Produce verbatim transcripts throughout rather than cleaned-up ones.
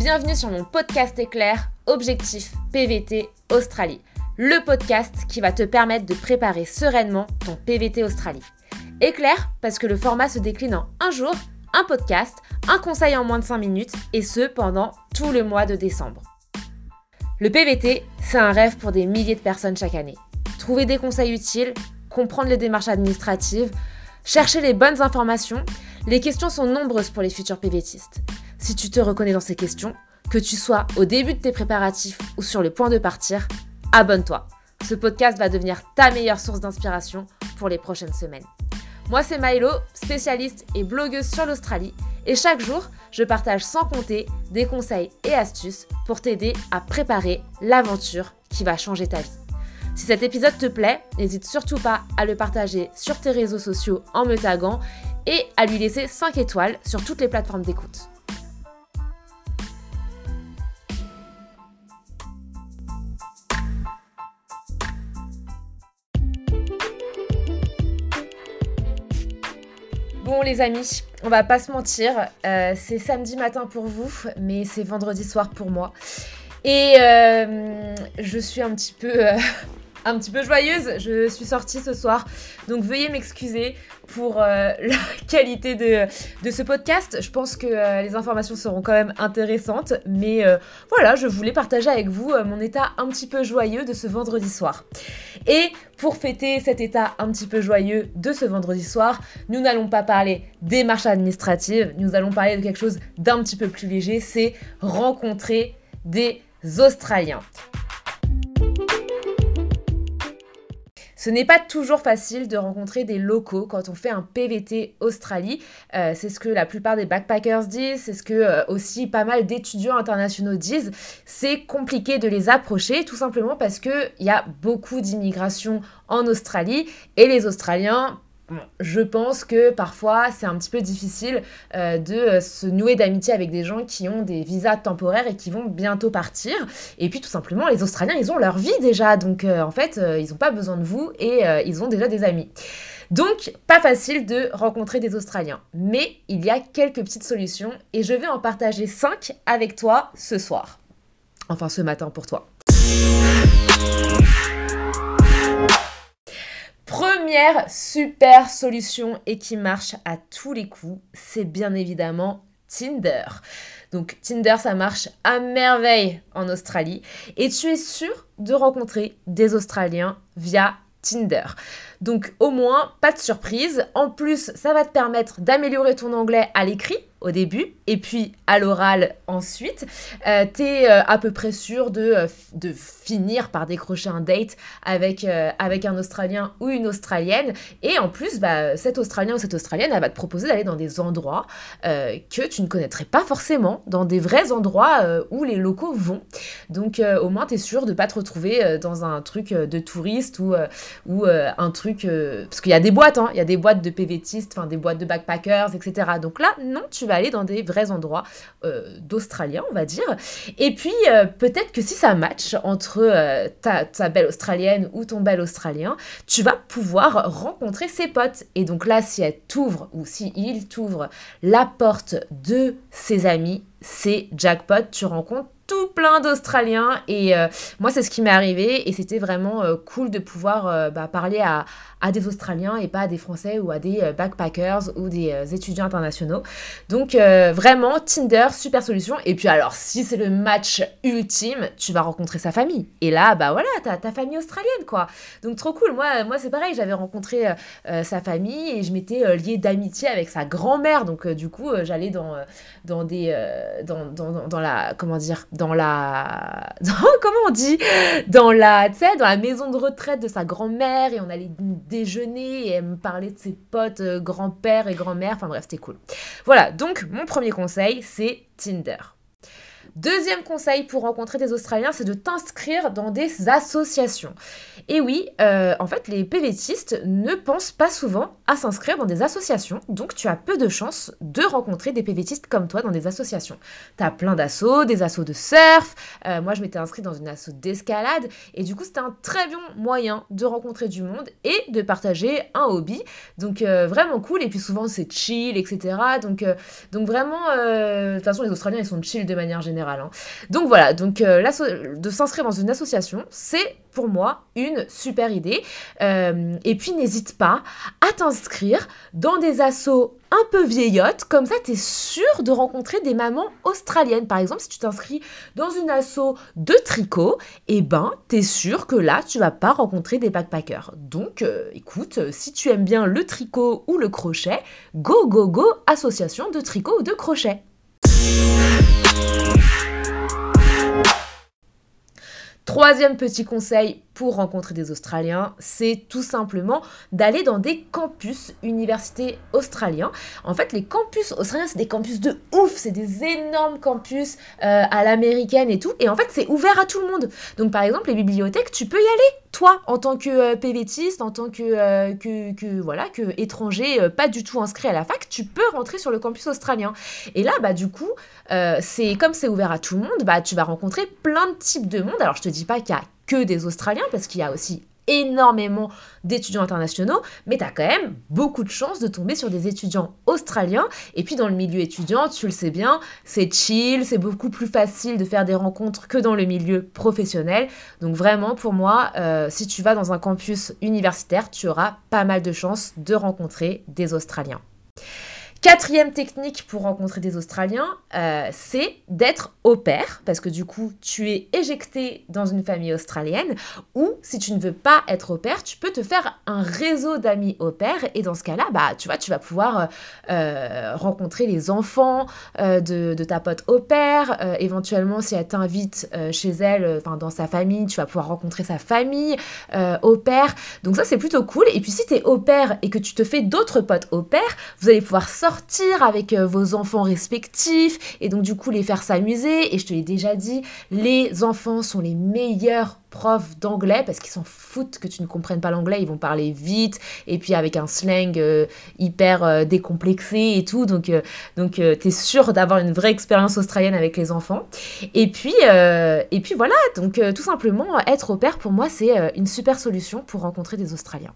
Bienvenue sur mon podcast éclair Objectif P V T Australie, le podcast qui va te permettre de préparer sereinement ton P V T Australie. Éclair parce que le format se décline en un jour, un podcast, un conseil en moins de cinq minutes et ce pendant tout le mois de décembre. Le P V T, c'est un rêve pour des milliers de personnes chaque année. Trouver des conseils utiles, comprendre les démarches administratives, chercher les bonnes informations, les questions sont nombreuses pour les futurs PVTistes. Si tu te reconnais dans ces questions, que tu sois au début de tes préparatifs ou sur le point de partir, abonne-toi. Ce podcast va devenir ta meilleure source d'inspiration pour les prochaines semaines. Moi, c'est Maïlo, spécialiste et blogueuse sur l'Australie. Et chaque jour, je partage sans compter des conseils et astuces pour t'aider à préparer l'aventure qui va changer ta vie. Si cet épisode te plaît, n'hésite surtout pas à le partager sur tes réseaux sociaux en me taguant et à lui laisser cinq étoiles sur toutes les plateformes d'écoute. Bon les amis, on va pas se mentir, euh, c'est samedi matin pour vous, mais c'est vendredi soir pour moi. Et euh, je suis un petit peu... Euh, un petit peu joyeuse, je suis sortie ce soir, donc veuillez m'excuser pour euh, la qualité de, de ce podcast. Je pense que euh, les informations seront quand même intéressantes, mais euh, voilà, je voulais partager avec vous euh, mon état un petit peu joyeux de ce vendredi soir. Et pour fêter cet état un petit peu joyeux de ce vendredi soir, nous n'allons pas parler démarches administratives, nous allons parler de quelque chose d'un petit peu plus léger, c'est rencontrer des Australiens. Ce n'est pas toujours facile de rencontrer des locaux quand on fait un P V T Australie. Euh, c'est ce que la plupart des backpackers disent, c'est ce que euh, aussi pas mal d'étudiants internationaux disent. C'est compliqué de les approcher tout simplement parce qu'il y a beaucoup d'immigration en Australie et les Australiens... Bon, je pense que parfois c'est un petit peu difficile euh, de euh, se nouer d'amitié avec des gens qui ont des visas temporaires et qui vont bientôt partir. Et puis tout simplement, les Australiens, ils ont leur vie déjà. Donc euh, en fait, euh, ils n'ont pas besoin de vous et euh, ils ont déjà des amis. Donc, pas facile de rencontrer des Australiens. Mais il y a quelques petites solutions et je vais en partager cinq avec toi ce soir. Enfin, ce matin pour toi. Première super solution et qui marche à tous les coups, c'est bien évidemment Tinder. Donc Tinder, ça marche à merveille en Australie et tu es sûr de rencontrer des Australiens via Tinder. Donc au moins, pas de surprise. En plus, ça va te permettre d'améliorer ton anglais à l'écrit au début et puis à l'oral ensuite. Euh, t'es euh, à peu près sûr de, euh, de finir par décrocher un date avec, euh, avec un Australien ou une Australienne. Et en plus, bah, cet Australien ou cette Australienne, elle va te proposer d'aller dans des endroits euh, que tu ne connaîtrais pas forcément, dans des vrais endroits euh, où les locaux vont. Donc euh, au moins, t'es sûr de ne pas te retrouver euh, dans un truc euh, de touriste ou, euh, ou euh, un truc... Euh, parce qu'il y a des boîtes, hein, il y a des boîtes de PVTistes, enfin des boîtes de backpackers, et cetera. Donc là, non, tu vas aller dans des vrais endroits euh, d'Australiens, on va dire. Et puis, euh, peut-être que si ça match entre euh, ta, ta belle Australienne ou ton bel Australien, tu vas pouvoir rencontrer ses potes. Et donc là, si elle t'ouvre ou si il t'ouvre la porte de ses amis, c'est jackpot, tu rencontres tout plein d'Australiens et euh, moi c'est ce qui m'est arrivé et c'était vraiment euh, cool de pouvoir euh, bah, parler à, à des Australiens et pas à des Français ou à des euh, backpackers ou des euh, étudiants internationaux. Donc euh, vraiment Tinder, super solution. Et puis alors si c'est le match ultime, tu vas rencontrer sa famille et là bah voilà t'as ta famille australienne quoi. Donc trop cool. Moi, moi c'est pareil, j'avais rencontré euh, euh, sa famille et je m'étais euh, liée d'amitié avec sa grand-mère. Donc euh, du coup euh, j'allais dans, euh, dans des euh, dans, dans, dans, dans la comment dire dans la... Dans, comment on dit Dans la, tu sais, dans la maison de retraite de sa grand-mère et on allait déjeuner et elle me parlait de ses potes euh, grand-père et grand-mère. Enfin bref, c'était cool. Voilà, donc mon premier conseil, c'est Tinder. Deuxième conseil pour rencontrer des Australiens, c'est de t'inscrire dans des associations. Et oui, euh, en fait, les PVTistes ne pensent pas souvent à s'inscrire dans des associations, donc tu as peu de chances de rencontrer des PVTistes comme toi dans des associations. Tu as plein d'assos, des assos de surf, euh, moi je m'étais inscrite dans une asso d'escalade, et du coup c'était un très bon moyen de rencontrer du monde et de partager un hobby, donc euh, vraiment cool, et puis souvent c'est chill, et cetera. Donc, euh, donc vraiment, euh, de toute façon les Australiens ils sont chill de manière générale. général. Hein. Donc voilà, donc euh, de s'inscrire dans une association, c'est pour moi une super idée. Euh, et puis n'hésite pas à t'inscrire dans des assos un peu vieillottes, comme ça tu es sûr de rencontrer des mamans australiennes. Par exemple, si tu t'inscris dans une asso de tricot, eh ben tu es sûr que là tu vas pas rencontrer des backpackers. Donc euh, écoute, si tu aimes bien le tricot ou le crochet, go go go association de tricot ou de crochet. Troisième petit conseil pour rencontrer des Australiens, c'est tout simplement d'aller dans des campus universités australiens. En fait, les campus australiens, c'est des campus de ouf, c'est des énormes campus euh, à l'américaine et tout. Et en fait, c'est ouvert à tout le monde. Donc, par exemple, les bibliothèques, tu peux y aller. Toi, en tant que euh, PVTiste, en tant que, euh, que, que, voilà, que étranger, euh, pas du tout inscrit à la fac, tu peux rentrer sur le campus australien. Et là, bah, du coup, euh, c'est, comme c'est ouvert à tout le monde, bah, tu vas rencontrer plein de types de monde. Alors, je te dis pas qu'il y a que des Australiens, parce qu'il y a aussi énormément d'étudiants internationaux, mais tu as quand même beaucoup de chances de tomber sur des étudiants australiens. Et puis dans le milieu étudiant, tu le sais bien, c'est chill, c'est beaucoup plus facile de faire des rencontres que dans le milieu professionnel. Donc vraiment, pour moi, euh, si tu vas dans un campus universitaire, tu auras pas mal de chances de rencontrer des Australiens. Quatrième technique pour rencontrer des Australiens, euh, c'est d'être au pair, parce que du coup, tu es éjecté dans une famille australienne, ou si tu ne veux pas être au pair, tu peux te faire un réseau d'amis au pair, et dans ce cas-là, bah, tu vois, tu vas pouvoir euh, rencontrer les enfants euh, de, de ta pote au pair, euh, éventuellement, si elle t'invite euh, chez elle, enfin dans sa famille, tu vas pouvoir rencontrer sa famille euh, au pair, donc ça, c'est plutôt cool. Et puis, si tu es au pair et que tu te fais d'autres potes au pair, vous allez pouvoir sortir sortir avec euh, vos enfants respectifs et donc du coup les faire s'amuser. Et je te l'ai déjà dit, les enfants sont les meilleurs profs d'anglais parce qu'ils s'en foutent que tu ne comprennes pas l'anglais, ils vont parler vite et puis avec un slang euh, hyper euh, décomplexé et tout, donc, euh, donc euh, t'es sûr d'avoir une vraie expérience australienne avec les enfants. Et puis, euh, et puis voilà, donc euh, tout simplement être au pair pour moi c'est euh, une super solution pour rencontrer des Australiens.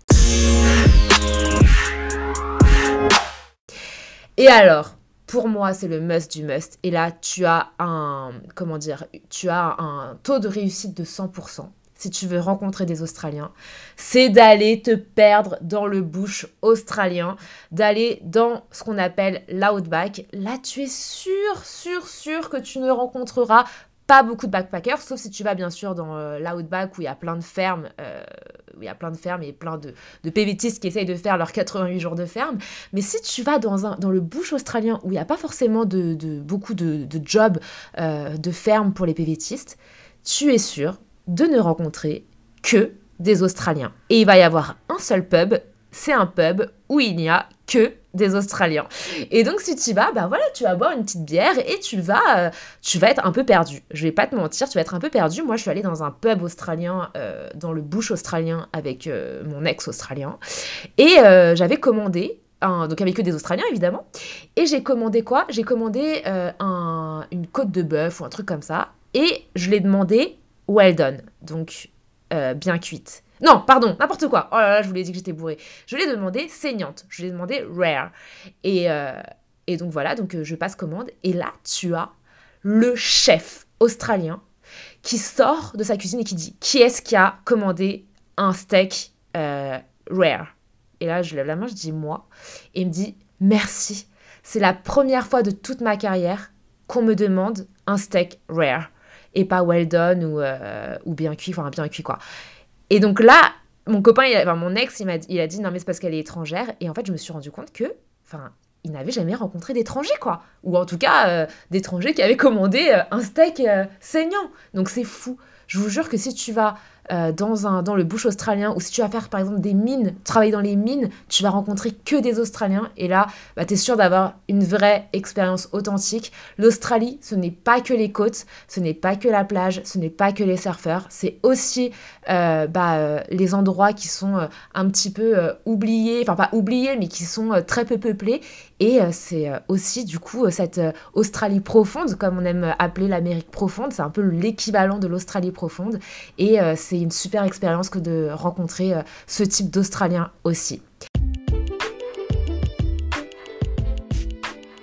Et alors, pour moi, c'est le must du must. Et là, tu as un, comment dire, tu as un taux de réussite de cent pour cent. Si tu veux rencontrer des Australiens, c'est d'aller te perdre dans le bush australien, d'aller dans ce qu'on appelle l'outback. Là, tu es sûr, sûr, sûr que tu ne rencontreras pas beaucoup de backpackers, sauf si tu vas bien sûr dans euh, l'outback où il y a plein de fermes, euh, où il y a plein de fermes et plein de, de PVTistes qui essayent de faire leurs quatre-vingt-huit jours de ferme. Mais si tu vas dans, un, dans le bush australien où il n'y a pas forcément de, de, beaucoup de, de jobs euh, de ferme pour les PVTistes, tu es sûr de ne rencontrer que des Australiens. Et il va y avoir un seul pub, c'est un pub où il n'y a que des Australiens. Et donc si tu y vas, bah voilà, tu vas boire une petite bière et tu vas, euh, tu vas être un peu perdu. Je vais pas te mentir, tu vas être un peu perdu. Moi, je suis allée dans un pub australien, euh, dans le bush australien avec euh, mon ex australien. Et euh, j'avais commandé, un, donc avec que des Australiens évidemment. Et j'ai commandé quoi J'ai commandé euh, un, une côte de bœuf ou un truc comme ça. Et je l'ai demandé well done, donc euh, bien cuite. Non, pardon, n'importe quoi. Oh là là, je vous l'ai dit que j'étais bourrée. Je l'ai demandé saignante. Je l'ai demandé rare. Et, euh, et donc voilà, donc euh, je passe commande. Et là, tu as le chef australien qui sort de sa cuisine et qui dit « Qui est-ce qui a commandé un steak euh, rare ?» Et là, je lève la main, je dis « Moi ». Et il me dit « Merci. C'est la première fois de toute ma carrière qu'on me demande un steak rare. Et pas well done ou, euh, ou bien cuit, enfin bien cuit quoi. » Et donc là, mon copain, il a, enfin mon ex, il, m'a, il a dit non mais c'est parce qu'elle est étrangère. Et en fait, je me suis rendu compte que, enfin, il n'avait jamais rencontré d'étrangers quoi, ou en tout cas euh, d'étrangers qui avaient commandé euh, un steak euh, saignant. Donc c'est fou. Je vous jure que si tu vas euh, dans un dans le bush australien ou si tu vas faire par exemple des mines, travailler dans les mines, tu vas rencontrer que des Australiens et là, bah, t'es sûr d'avoir une vraie expérience authentique. L'Australie, ce n'est pas que les côtes, ce n'est pas que la plage, ce n'est pas que les surfeurs, c'est aussi euh, bah, euh, les endroits qui sont euh, un petit peu euh, oubliés, enfin pas oubliés, mais qui sont euh, très peu peuplés. Et euh, c'est euh, aussi du coup euh, cette euh, Australie profonde, comme on aime appeler l'Amérique profonde, c'est un peu l'équivalent de l'Australie profonde. Et euh, c'est une super expérience que de rencontrer euh, ce type d'Australiens aussi.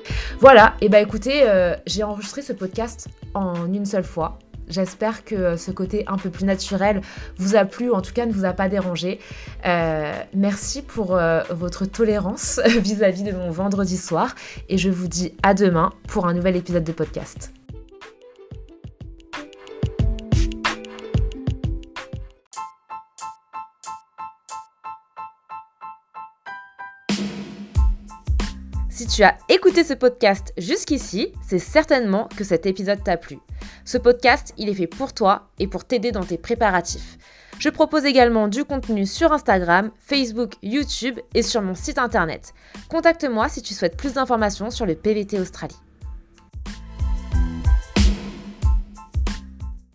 Voilà, et bah écoutez, euh, j'ai enregistré ce podcast en une seule fois. J'espère que ce côté un peu plus naturel vous a plu, ou en tout cas ne vous a pas dérangé. Euh, merci pour euh, votre tolérance vis-à-vis de mon vendredi soir et je vous dis à demain pour un nouvel épisode de podcast. Si tu as écouté ce podcast jusqu'ici, c'est certainement que cet épisode t'a plu. Ce podcast, il est fait pour toi et pour t'aider dans tes préparatifs. Je propose également du contenu sur Instagram, Facebook, YouTube et sur mon site internet. Contacte-moi si tu souhaites plus d'informations sur le P V T Australie.